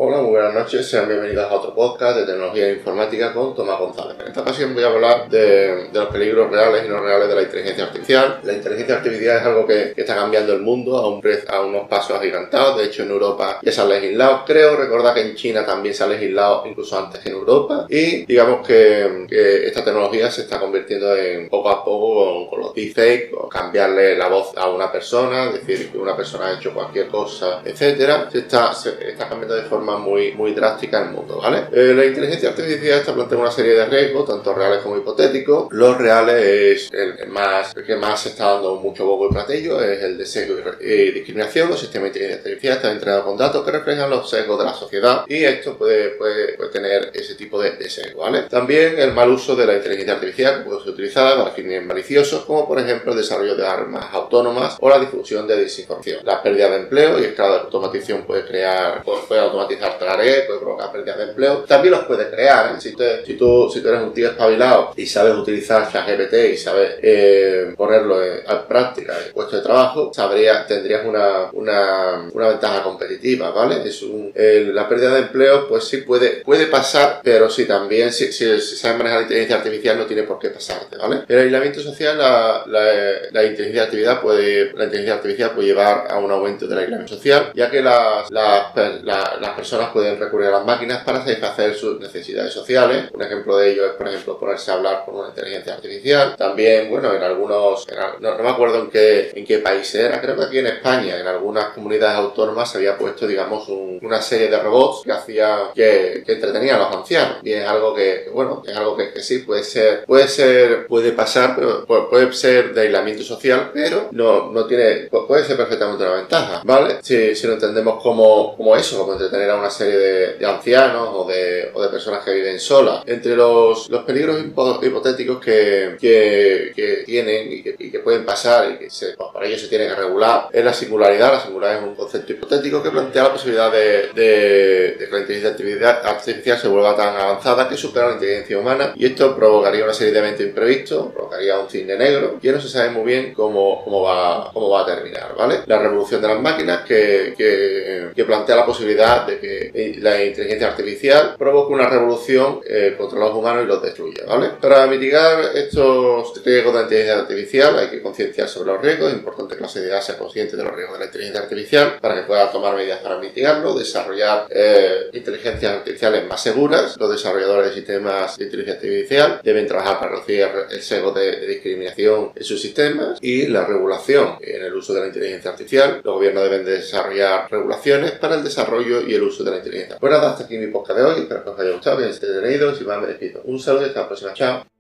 Hola, muy buenas noches, sean bienvenidos a otro podcast de tecnología e informática con Tomás González. En esta ocasión voy a hablar de los peligros reales y no reales de la inteligencia artificial. La inteligencia artificial es algo que está cambiando el mundo a unos pasos agigantados. De hecho, en Europa ya se ha legislado. Creo recordar que en China también se ha legislado incluso antes que en Europa. Y digamos que esta tecnología se está convirtiendo en poco a poco con los deepfakes, o cambiarle la voz a una persona, decir que una persona ha hecho cualquier cosa, etcétera. Se está cambiando de forma muy drástica en el mundo, ¿vale? La inteligencia artificial está planteando una serie de riesgos, tanto reales como hipotéticos. Los reales es el que más se está dando mucho boco y platillo, es el de sesgo y discriminación. Los sistemas de inteligencia artificial están entrenados con datos que reflejan los sesgos de la sociedad y esto puede tener ese tipo de sesgo, ¿vale? También el mal uso de la inteligencia artificial, que puede ser utilizada para fines maliciosos, como por ejemplo el desarrollo de armas autónomas o la difusión de desinformación. La pérdida de empleo, y es que la automatización puede automatizar tareas, puede provocar pérdida de empleo. También los puede crear, ¿eh? Si tú eres un tío espabilado y sabes utilizar ChatGPT y sabes ponerlo en práctica en el puesto de trabajo, tendrías una ventaja competitiva, ¿vale? La pérdida de empleo, pues sí puede pasar, pero sí también, si sabes manejar la inteligencia artificial, no tiene por qué pasarte, ¿vale? El aislamiento social, la inteligencia artificial puede llevar a un aumento del aislamiento social, ya que las personas pueden recurrir a las máquinas para satisfacer sus necesidades sociales. Un ejemplo de ello es, por ejemplo, ponerse a hablar con una inteligencia artificial. También, bueno, no me acuerdo en qué país era, creo que aquí en España, en algunas comunidades autónomas se había puesto, digamos, una serie de robots que entretenían a los ancianos. Y es algo que sí puede pasar, pero puede ser de aislamiento social, pero puede ser perfectamente una ventaja, ¿vale? Si lo entendemos como entretener a una serie de ancianos o de personas que viven solas. Entre los peligros hipotéticos que tienen y que pueden pasar y que para ello se tiene que regular es la singularidad. La singularidad es un concepto hipotético que plantea la posibilidad de que la inteligencia artificial se vuelva tan avanzada que supera la inteligencia humana, y esto provocaría una serie de eventos imprevistos, provocaría un cisne negro que no se sabe muy bien cómo va a terminar, ¿vale? La revolución de las máquinas que plantea la posibilidad de que la inteligencia artificial provoque una revolución contra los humanos y los destruya, ¿vale? Para mitigar estos riesgos de la inteligencia artificial hay que concienciar sobre los riesgos. Es importante que la sociedad sea consciente de los riesgos de la inteligencia artificial para que pueda tomar medidas para mitigarlo, desarrollar inteligencias artificiales más seguras. Los desarrolladores de sistemas de inteligencia artificial deben trabajar para reducir el sesgo de discriminación en sus sistemas, y la regulación en el uso de la inteligencia artificial. Los gobiernos deben desarrollar regulaciones para el desarrollo y el uso de la inteligencia. Pues nada, hasta aquí mi podcast de hoy. Espero que os haya gustado, que os haya entretenido. Si más, me despido. Un saludo y hasta la próxima. Chao.